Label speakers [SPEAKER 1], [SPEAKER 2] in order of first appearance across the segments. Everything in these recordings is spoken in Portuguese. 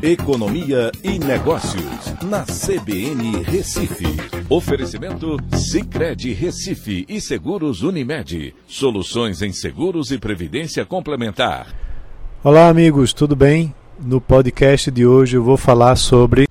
[SPEAKER 1] Economia e Negócios, na CBN Recife. Oferecimento Sicredi Recife e Seguros Unimed. Soluções em seguros e previdência complementar.
[SPEAKER 2] Olá amigos, tudo bem? No podcast de hoje eu vou falar sobre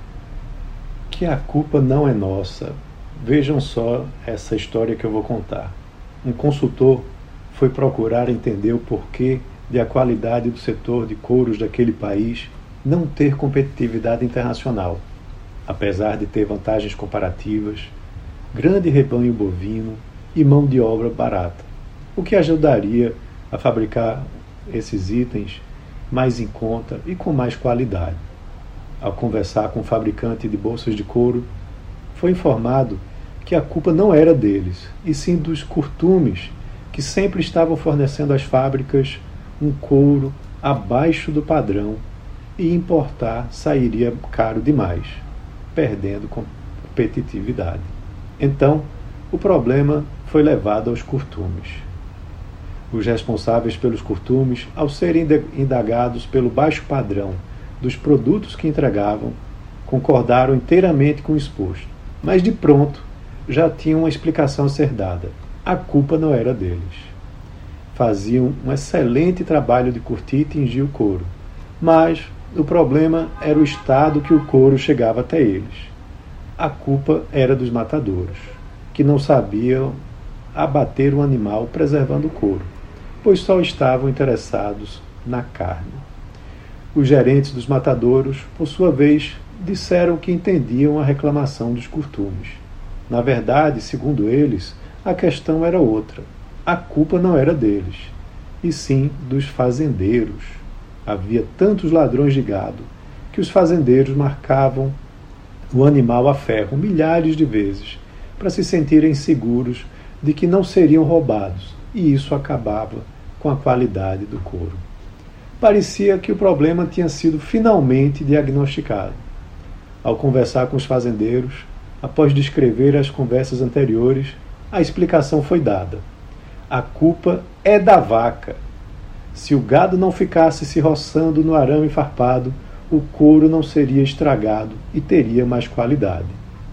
[SPEAKER 2] que a culpa não é nossa. Vejam só essa história que eu vou contar. Um consultor foi procurar entender o porquê de a qualidade do setor de couros daquele país não ter competitividade internacional, apesar de ter vantagens comparativas, grande rebanho bovino e mão de obra barata, o que ajudaria a fabricar esses itens mais em conta e com mais qualidade. Ao conversar com o fabricante de bolsas de couro, foi informado que a culpa não era deles, e sim dos curtumes que sempre estavam fornecendo às fábricas um couro abaixo do padrão, e importar sairia caro demais, perdendo competitividade. Então, o problema foi levado aos curtumes. Os responsáveis pelos curtumes, ao serem indagados pelo baixo padrão dos produtos que entregavam, concordaram inteiramente com o exposto, mas de pronto já tinham uma explicação a ser dada. A culpa não era deles. Faziam um excelente trabalho de curtir e tingir o couro, mas o problema era o estado que o couro chegava até eles. A culpa era dos matadouros, que não sabiam abater um animal preservando o couro, pois só estavam interessados na carne. Os gerentes dos matadouros, por sua vez, disseram que entendiam a reclamação dos curtumes. Na verdade, segundo eles, a questão era outra. A culpa não era deles, e sim dos fazendeiros. Havia tantos ladrões de gado que os fazendeiros marcavam o animal a ferro milhares de vezes para se sentirem seguros de que não seriam roubados, e isso acabava com a qualidade do couro. Parecia que o problema tinha sido finalmente diagnosticado. Ao conversar com os fazendeiros, após descrever as conversas anteriores, a explicação foi dada. A culpa é da vaca. Se o gado não ficasse se roçando no arame farpado, o couro não seria estragado e teria mais qualidade.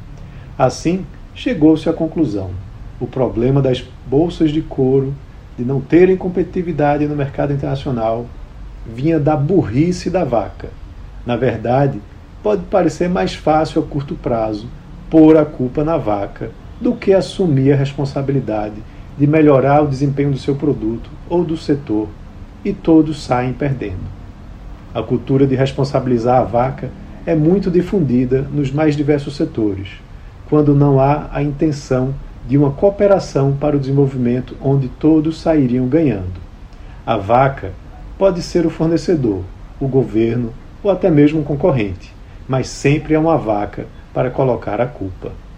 [SPEAKER 2] Assim, chegou-se à conclusão. O problema das bolsas de couro, de não terem competitividade no mercado internacional, vinha da burrice da vaca. Na verdade, pode parecer mais fácil a curto prazo pôr a culpa na vaca do que assumir a responsabilidade de melhorar o desempenho do seu produto ou do setor, e todos saem perdendo. A cultura de responsabilizar a vaca é muito difundida nos mais diversos setores, quando não há a intenção de uma cooperação para o desenvolvimento onde todos sairiam ganhando. A vaca pode ser o fornecedor, o governo ou até mesmo um concorrente, mas sempre é uma vaca para colocar a culpa.